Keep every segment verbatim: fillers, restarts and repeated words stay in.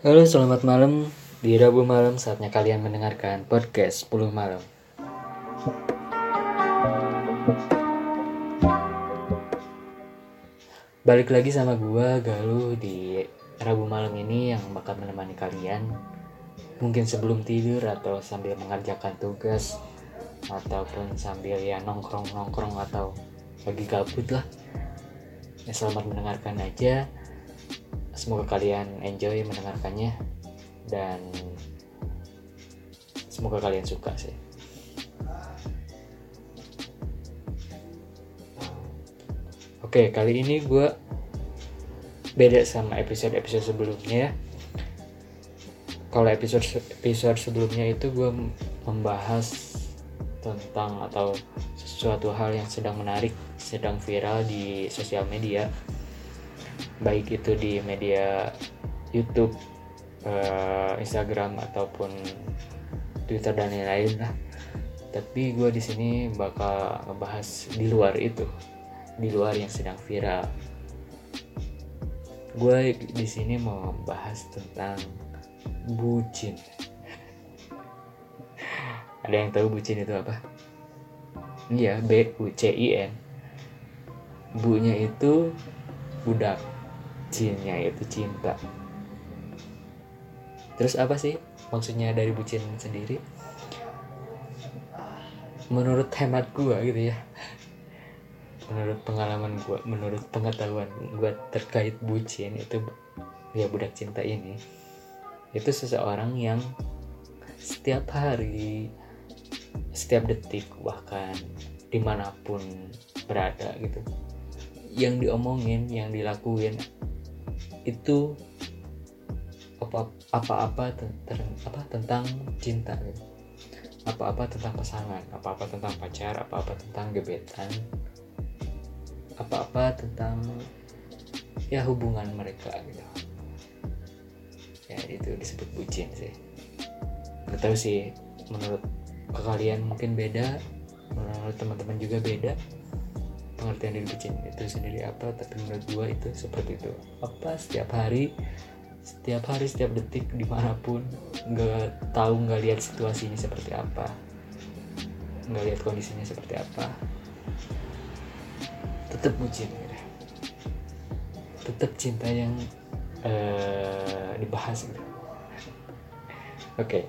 Halo, selamat malam. Di Rabu malam saatnya kalian mendengarkan podcast sepuluh malam. Balik lagi sama gua Galuh di Rabu malam ini yang bakal menemani kalian. Mungkin sebelum tidur atau sambil mengerjakan tugas ataupun sambil ya nongkrong-nongkrong atau lagi gabut lah. Ya, selamat mendengarkan aja. Semoga kalian enjoy mendengarkannya dan semoga kalian suka sih. Oke, kali ini gue beda sama episode-episode sebelumnya ya. Kalau episode episode sebelumnya itu gue membahas tentang atau sesuatu hal yang sedang menarik, sedang viral di sosial media, baik itu di media YouTube, uh, Instagram ataupun Twitter dan lain-lain lah. Tapi gue di sini bakal ngebahas di luar itu, di luar yang sedang viral. Gue di sini mau membahas tentang bucin. Ada yang tahu bucin itu apa? Iya, B U C I N. Bu-nya itu budak, cinnya itu cinta. Terus apa sih maksudnya dari bucin sendiri? Menurut hemat gue gitu ya, menurut pengalaman gue, menurut pengetahuan gue terkait bucin itu ya budak cinta ini, itu seseorang yang setiap hari, setiap detik, bahkan dimanapun berada gitu, yang diomongin, yang dilakuin itu apa apa-apa ter- apa tentang cinta gitu. Apa-apa tentang pasangan, apa-apa tentang pacar, apa-apa tentang gebetan, apa-apa tentang ya hubungan mereka gitu. Ya itu disebut bucin sih. Gak tahu sih, menurut kalian mungkin beda, menurut teman-teman juga beda pengertian dari bucin itu sendiri apa, tapi menurut gua itu seperti itu. Apa setiap hari, setiap hari, setiap detik, dimanapun, nggak tahu, nggak lihat situasinya seperti apa, nggak lihat kondisinya seperti apa, tetap bucin gitu. Tetap cinta yang uh, dibahas gitu. Oke. Okay.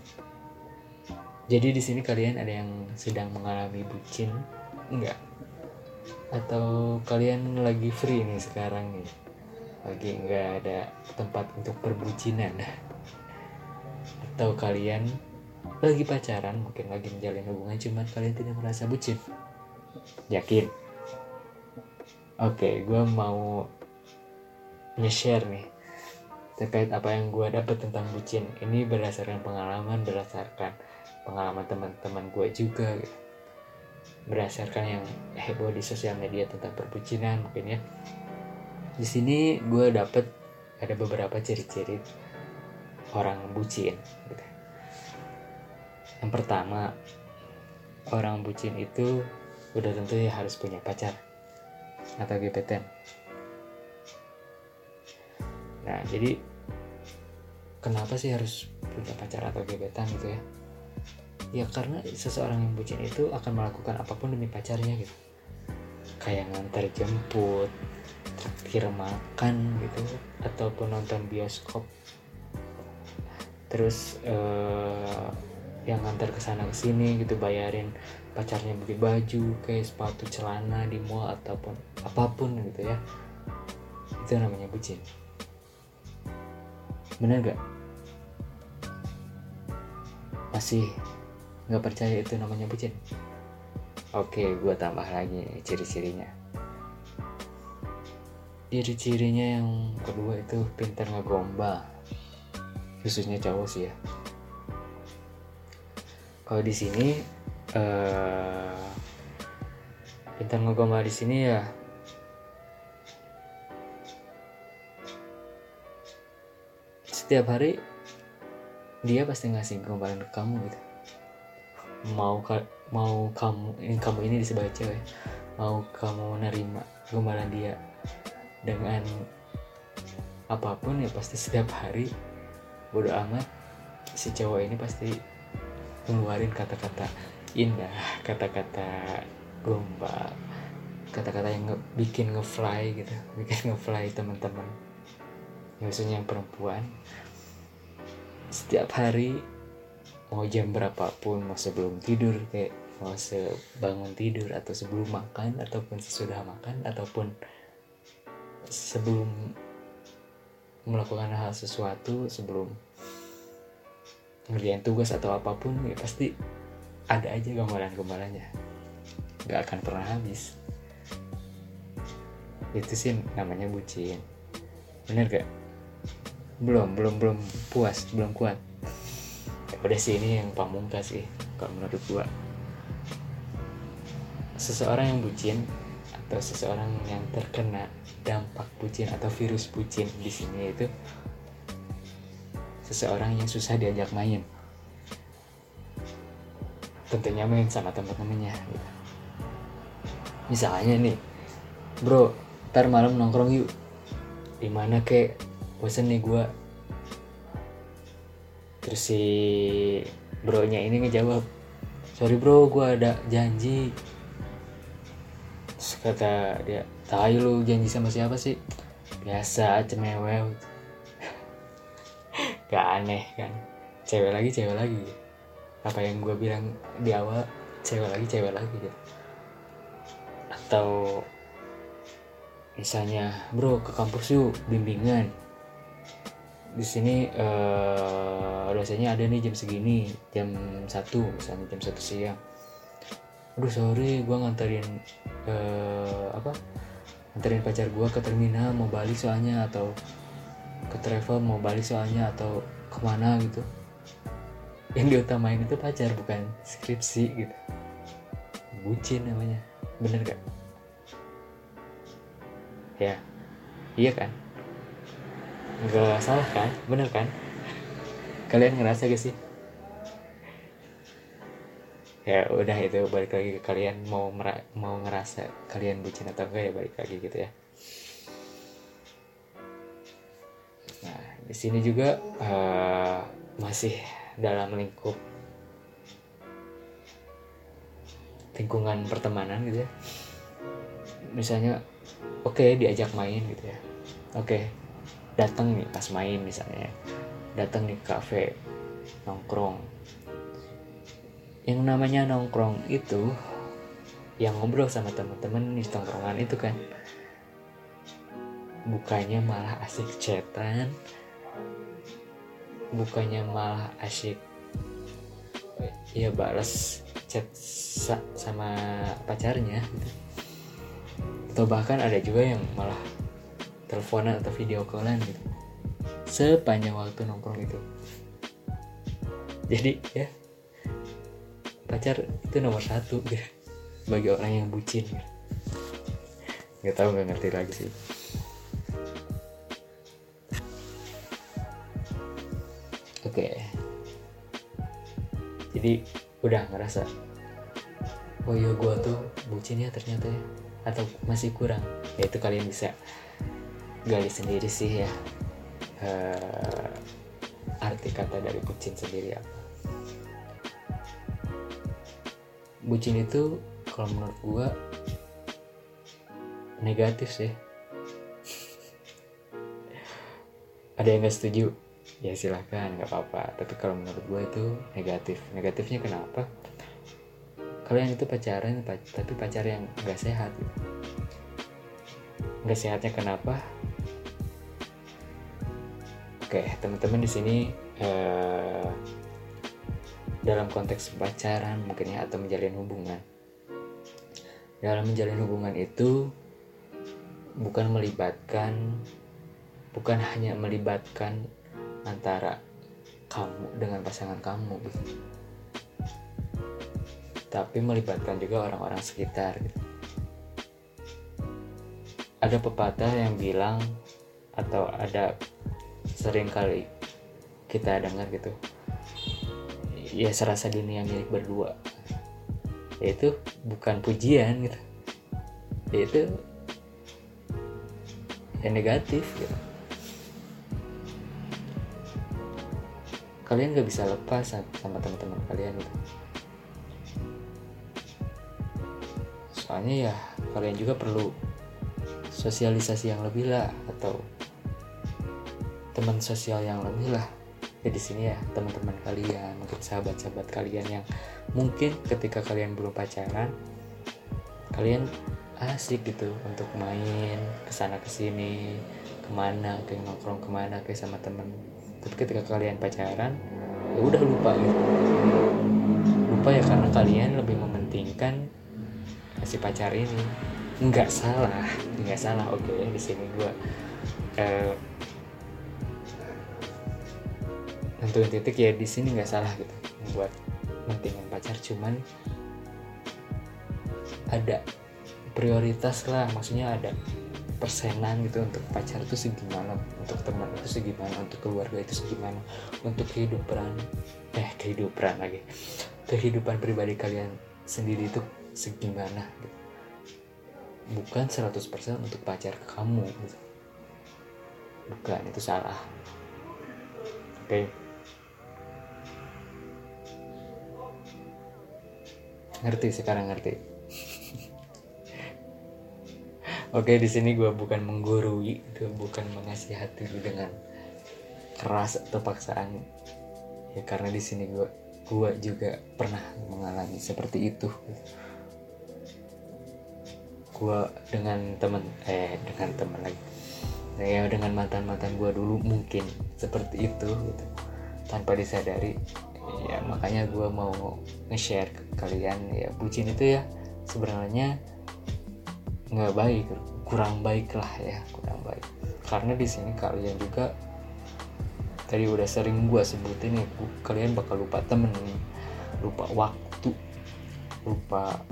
Jadi di sini kalian ada yang sedang mengalami bucin enggak? Atau kalian lagi free nih sekarang nih, lagi nggak ada tempat untuk perbucinan? Atau kalian lagi pacaran, mungkin lagi menjalin hubungan, cuman kalian tidak merasa bucin? Yakin? Oke, okay, gue mau nge-share nih terkait apa yang gue dapat tentang bucin. Ini berdasarkan pengalaman, berdasarkan pengalaman teman-teman gue juga gitu. Berdasarkan yang heboh di sosial media tentang perbucinan mungkin ya. Di sini gue dapet ada beberapa ciri-ciri orang bucin gitu. Yang pertama, orang bucin itu udah tentu ya harus punya pacar atau gebetan. Nah, jadi kenapa sih harus punya pacar atau gebetan gitu ya? Ya karena seseorang yang bucin itu akan melakukan apapun demi pacarnya gitu. Kayak ngantar jemput, traktir makan gitu, ataupun nonton bioskop. Terus eh, yang ngantar kesana kesini gitu, bayarin pacarnya beli baju, kayak sepatu, celana di mall ataupun apapun gitu ya. Itu namanya bucin. Bener gak? Masih gak percaya itu namanya bucin? Oke, gue tambah lagi nih ciri-cirinya. Ciri-cirinya yang kedua itu pintar ngegombal, khususnya cowok sih ya. Kalau di sini uh, pintar ngegombal di sini ya setiap hari dia pasti ngasih gombalan ke kamu gitu. Mau ka- mau kamu ini kamu ini sebagai cewek, mau kamu nerima gombalan dia dengan apapun ya pasti setiap hari bodo amat, si cowok ini pasti ngeluarin kata-kata indah, kata-kata gombal, kata-kata yang nge- bikin ngefly gitu, bikin ngefly teman-teman, khususnya yang perempuan. Setiap hari, mau jam berapapun, mau sebelum tidur, kayak mau sebangun tidur atau sebelum makan ataupun sesudah makan ataupun sebelum melakukan hal sesuatu, sebelum ngerjain tugas atau apapun, ya pasti ada aja gambaran-gambarannya, gak akan pernah habis. Itu sih namanya bucin. Bener gak? Belum, belum, belum puas, belum kuat. Ya udah sih, ini yang pamungkas sih kalau menurut gua. Seseorang yang bucin atau seseorang yang terkena dampak bucin atau virus bucin di sini itu seseorang yang susah diajak main. Tentunya main sama teman-temannya. Misalnya nih, bro, ntar malam nongkrong yuk. Dimana kek? Bosen nih gue. Terus si bronya ini ngejawab, sorry bro, gue ada janji. Terus kata dia, tai lu, janji sama siapa sih? Biasa, cemewew. Gak aneh kan? Cewek lagi, cewek lagi. Apa yang gue bilang di awal, cewek lagi, cewek lagi gitu. Atau misalnya, bro ke kampus yuk, bimbingan. Di sini uh, dosennya ada nih jam segini, jam satu misalnya, jam satu siang. Aduh sorry, gue nganterin uh, apa? Nganterin pacar gue ke terminal mau balik soalnya, atau ke travel mau balik soalnya, atau kemana gitu. Yang diutamain itu pacar, bukan skripsi gitu. Bucin namanya, bener gak? Ya, iya kan? Gak salah kan? Bener kan? Kalian ngerasa gak sih? Ya udah, itu balik lagi ke kalian mau mera- mau ngerasa kalian bucin atau enggak, ya balik lagi gitu ya. Nah, di sini juga uh, masih dalam lingkup lingkungan pertemanan gitu ya. Misalnya, oke okay, diajak main gitu ya. Oke, okay, datang nih pas main misalnya, datang di kafe nongkrong. Yang namanya nongkrong itu, yang ngobrol sama teman-teman di tongkrongan itu kan, bukannya malah asik chatan, bukannya malah asik ya balas chat sa- sama pacarnya gitu. Atau bahkan ada juga yang malah teleponan atau video callan gitu sepanjang waktu nongkrong itu. Jadi ya, pacar itu nomor satu gitu bagi orang yang bucin gitu. Nggak tahu, nggak ngerti lagi sih. Oke, jadi udah ngerasa, oh iya gue tuh bucin ya ternyata ya, atau masih kurang. Ya itu kalian bisa gali sendiri sih ya, uh, arti kata dari bucin sendiri apa. Bucin itu kalau menurut gue negatif sih. Ada yang gak setuju? Ya silahkan, gak apa-apa. Tapi kalau menurut gue itu negatif. Negatifnya kenapa? Kalian itu pacaran, tapi pacar yang gak sehat gitu. Gak sehatnya kenapa? Oke, teman-teman di sini eh, dalam konteks pacaran mungkin ya, atau menjalin hubungan. Dalam menjalin hubungan itu bukan melibatkan, bukan hanya melibatkan antara kamu dengan pasangan kamu gitu, tapi melibatkan juga orang-orang sekitar gitu. Ada pepatah yang bilang, atau ada sering kali kita dengar gitu, ya serasa dunia milik berdua. Yaitu bukan pujian gitu, yaitu yang negatif gitu. kalian gak bisa lepas sama teman-teman kalian gitu. Soalnya ya kalian juga perlu sosialisasi yang lebih lah, atau teman sosial yang lebih lah. Ya di sini ya teman-teman kalian, mungkin sahabat-sahabat kalian yang mungkin ketika kalian belum pacaran kalian asik gitu untuk main kesana kesini, kemana, kayak nongkrong kemana kayak sama temen. Tapi ketika kalian pacaran ya udah lupa gitu. Lupa ya karena kalian lebih mementingkan si pacar ini. Nggak salah, nggak salah. Oke, okay, di sini gue uh, nentuin titik ya, di sini nggak salah gitu buat mentingin pacar, cuman ada prioritas lah, maksudnya ada persenan gitu untuk pacar itu segimana, untuk teman itu segimana, untuk keluarga itu segimana, untuk kehidupan eh kehidupan lagi kehidupan pribadi kalian sendiri itu segimana gitu. Bukan seratus persen untuk pacar kamu gitu. Bukan, itu salah. Oke. Okay. Ngerti sekarang, ngerti. Oke, okay, di sini gue bukan menggurui, gue bukan menasihati dengan keras atau paksaan. Ya karena di sini gue gue juga pernah mengalami seperti itu. Gue dengan teman eh dengan teman lagi ya dengan mantan-mantan gue dulu mungkin seperti itu gitu, tanpa disadari. Ya makanya gue mau nge-share ke kalian ya, bucin itu ya sebenarnya nggak baik, kurang baik lah ya, kurang baik. Karena di sini kalian juga tadi udah sering gue sebutin ya, kalian bakal lupa temen, lupa waktu, lupa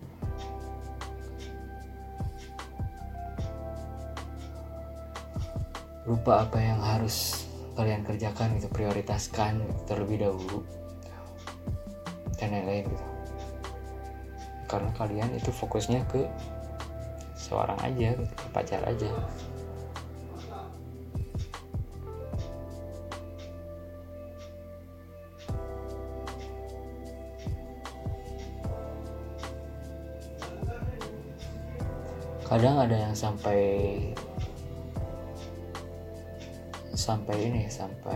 lupa apa yang harus kalian kerjakan gitu, prioritaskan gitu, terlebih dahulu dan lain-lain gitu. Karena kalian itu fokusnya ke seorang aja gitu, ke pacar aja. Kadang ada yang sampai sampai ini sampai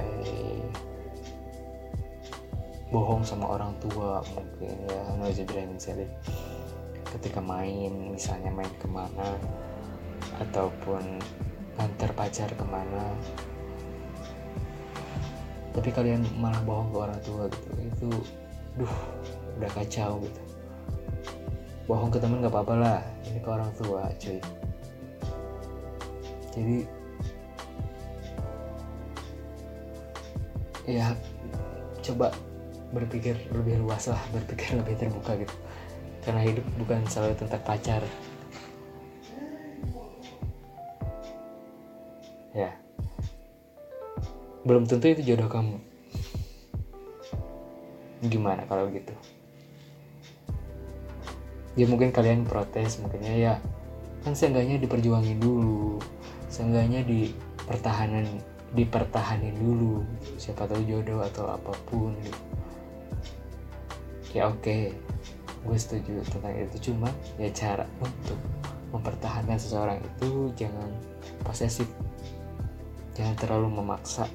bohong sama orang tua mungkin ya, nauzubillah min dzalik, ketika main, misalnya main kemana ataupun antar pacar kemana, tapi kalian malah bohong ke orang tua gitu. Itu duh udah kacau gitu. Bohong ke temen gak apa-apa lah, ini ke orang tua cuy. Jadi ya coba berpikir lebih luas lah, berpikir lebih terbuka gitu, karena hidup bukan selalu tentang pacar ya. Belum tentu itu jodoh kamu. Gimana kalau gitu? Ya mungkin kalian protes, mungkinnya ya kan seenggaknya diperjuangin dulu, seenggaknya di pertahanan dipertahanin dulu, siapa tahu jodoh atau apapun gitu. Ya oke, okay, gue setuju tentang itu, cuma ya cara untuk mempertahankan seseorang itu jangan posesif, jangan terlalu memaksa,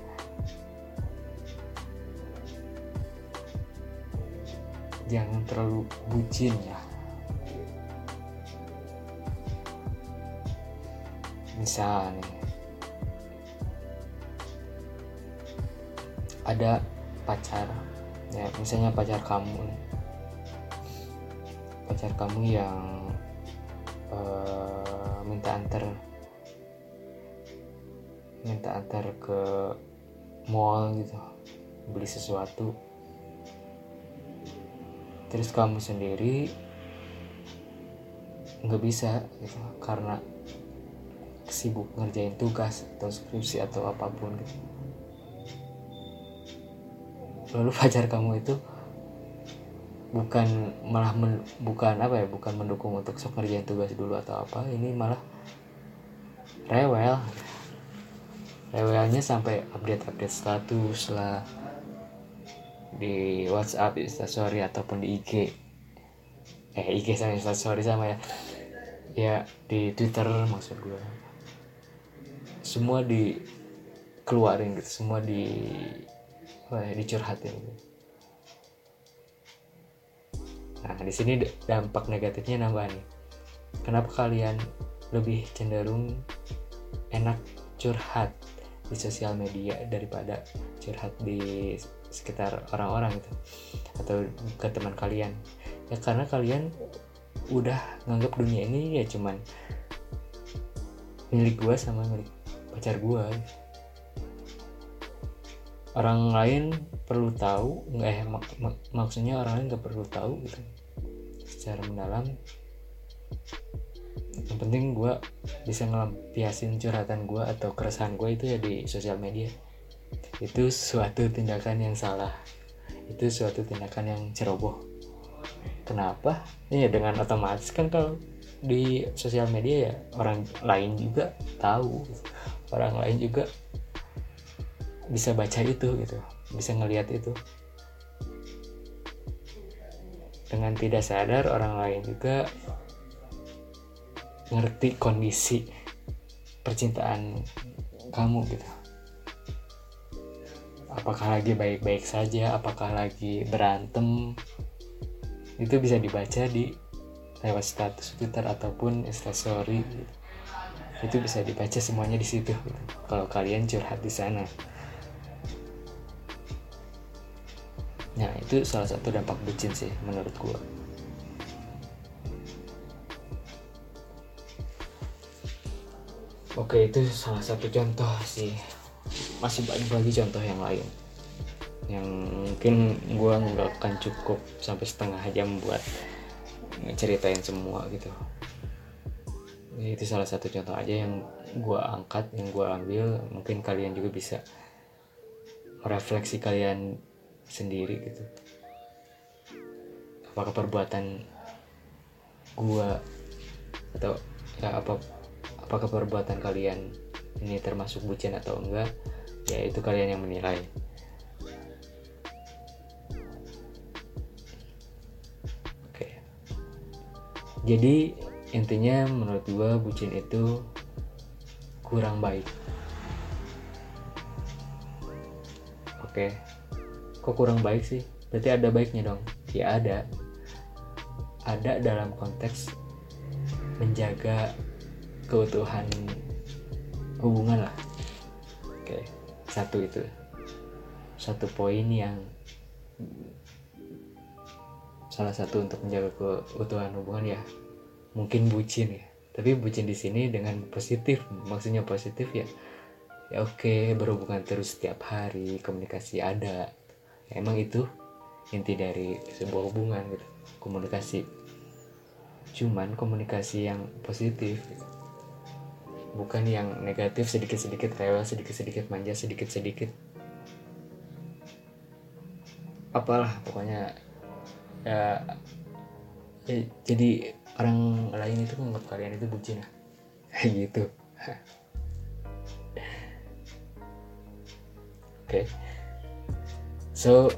jangan terlalu bucin ya. Misal nih, ada pacar ya, misalnya pacar kamu pacar kamu yang uh, minta antar minta antar ke mall gitu, beli sesuatu, terus kamu sendiri nggak bisa gitu karena sibuk ngerjain tugas atau skripsi atau apapun gitu. Lalu pacar kamu itu bukan malah men, bukan apa ya bukan mendukung untuk sok ngerjain tugas dulu atau apa, ini malah rewel rewelnya sampai update update status lah, di WhatsApp, Instastory ataupun di I G. Eh I G sama Instastory sama ya. Ya di Twitter maksud gue. Semua dikeluarin gitu, semua di apa ya, dicurhatin gitu. Nah, di sini dampak negatifnya nambah nih. Kenapa kalian lebih cenderung enak curhat di sosial media daripada curhat di sekitar orang-orang gitu atau ke teman kalian? Ya karena kalian udah nganggap dunia ini ya cuman milik gua sama milik pacar gua. Orang lain perlu tahu nggak eh mak- mak- maksudnya orang lain nggak perlu tahu gitu secara mendalam. Yang penting gue bisa ngelampiasin curhatan gue atau keresahan gue itu ya di sosial media. Itu suatu tindakan yang salah, itu suatu tindakan yang ceroboh. Kenapa? Ya dengan otomatis kan kalau di sosial media ya orang lain juga tahu, orang lain juga bisa baca itu gitu, bisa ngelihat itu. Dengan tidak sadar orang lain juga ngerti kondisi percintaan kamu gitu. Apakah lagi baik-baik saja, apakah lagi berantem, itu bisa dibaca di lewat status Twitter ataupun Instastory gitu. Itu bisa dibaca semuanya di situ gitu. Kalau kalian curhat di sana. Nah, itu salah satu dampak bucin sih menurut gua. Oke, itu salah satu contoh sih. Masih banyak lagi contoh yang lain yang mungkin gue nggak akan cukup sampai setengah jam buat ngeceritain semua gitu. Itu salah satu contoh aja yang gue angkat, yang gue ambil. Mungkin kalian juga bisa merefleksi kalian sendiri gitu. Apakah perbuatan gue atau ya apa apakah perbuatan kalian ini termasuk bucin atau enggak? Ya itu kalian yang menilai. Oke. Jadi intinya menurut gue bucin itu kurang baik. Oke. Kok kurang baik sih? Berarti ada baiknya dong. Ya ada. Ada dalam konteks menjaga keutuhan hubungan lah. Oke, satu itu. Satu poin yang salah satu untuk menjaga keutuhan hubungan ya mungkin bucin ya. Tapi bucin di sini dengan positif. Maksudnya positif ya. Ya oke, berhubungan terus setiap hari, komunikasi ada. Ya, emang itu inti dari sebuah hubungan gitu, komunikasi. Cuman komunikasi yang positif gitu. Bukan yang negatif, sedikit-sedikit rewel, sedikit-sedikit manja, sedikit-sedikit apalah pokoknya ya, ya jadi orang lain itu menganggap kalian itu bucin ya kayak gitu. Oke, okay. So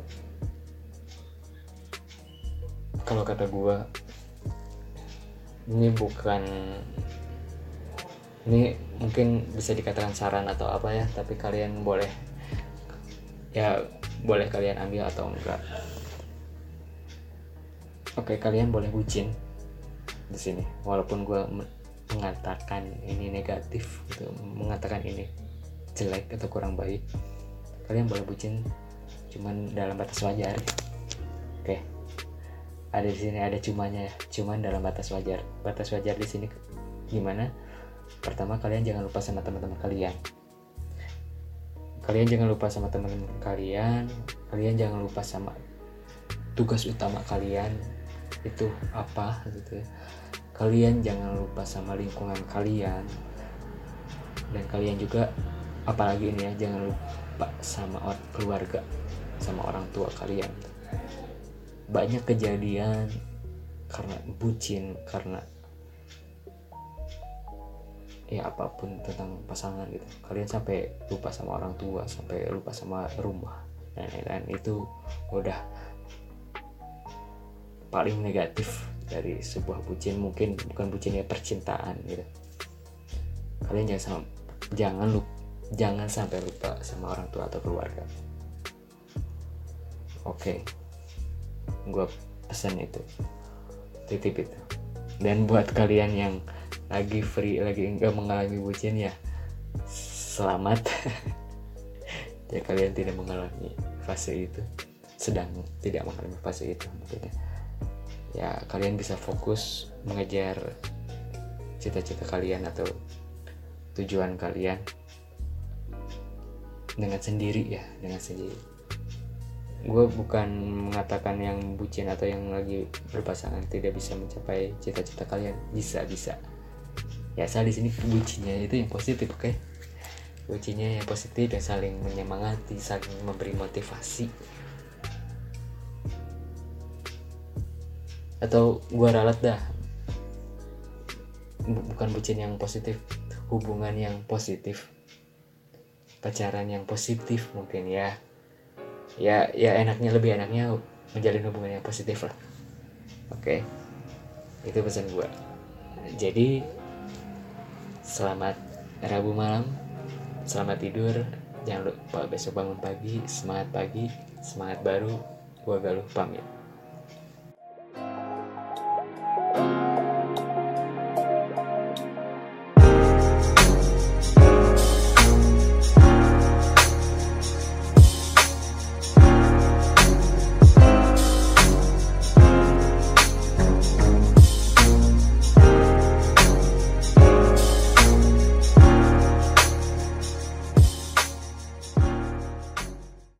kalau kata gue ini bukan, ini mungkin bisa dikatakan saran atau apa ya, tapi kalian boleh ya boleh kalian ambil atau enggak. Oke, kalian boleh bucin di sini walaupun gue mengatakan ini negatif gitu, mengatakan ini jelek atau kurang baik. Kalian boleh bucin cuman dalam batas wajar. Oke, ada di sini ada cumanya ya, cuman dalam batas wajar. Batas wajar di sini gimana? Pertama, kalian jangan lupa sama teman-teman kalian. Kalian jangan lupa sama teman-teman kalian. Kalian jangan lupa sama tugas utama kalian itu apa gitu ya. Kalian jangan lupa sama lingkungan kalian. Dan kalian juga apalagi ini ya, jangan lupa sama keluarga, sama orang tua kalian. Banyak kejadian karena bucin, karena ya apapun tentang pasangan gitu, kalian sampai lupa sama orang tua, sampai lupa sama rumah. dan lain-lain, itu udah paling negatif dari sebuah bucin. Mungkin bukan bucinnya percintaan gitu. Kalian jangan sam- jangan lupa jangan sampai lupa sama orang tua atau keluarga. Oke, gue pesan itu, titip itu. Dan buat kalian yang lagi free, lagi enggak mengalami bucin, ya selamat. Ya kalian tidak mengalami fase itu, sedang tidak mengalami fase itu maksudnya. Ya kalian bisa fokus mengejar cita-cita kalian atau tujuan kalian dengan sendiri ya, dengan sendiri. Gue bukan mengatakan yang bucin atau yang lagi berpasangan tidak bisa mencapai cita-cita kalian, bisa bisa. Ya asal di sini bucinnya itu yang positif, oke? Okay? Bucinnya yang positif, yang saling menyemangati, saling memberi motivasi. Atau gue ralat dah, bukan bucin yang positif, hubungan yang positif, pacaran yang positif mungkin ya. Ya ya enaknya, lebih enaknya menjalin hubungan yang positif lah. Oke, itu pesan gue. Jadi selamat Rabu malam, selamat tidur, jangan lupa besok bangun pagi, semangat pagi, semangat baru. Gue Galuh pamit.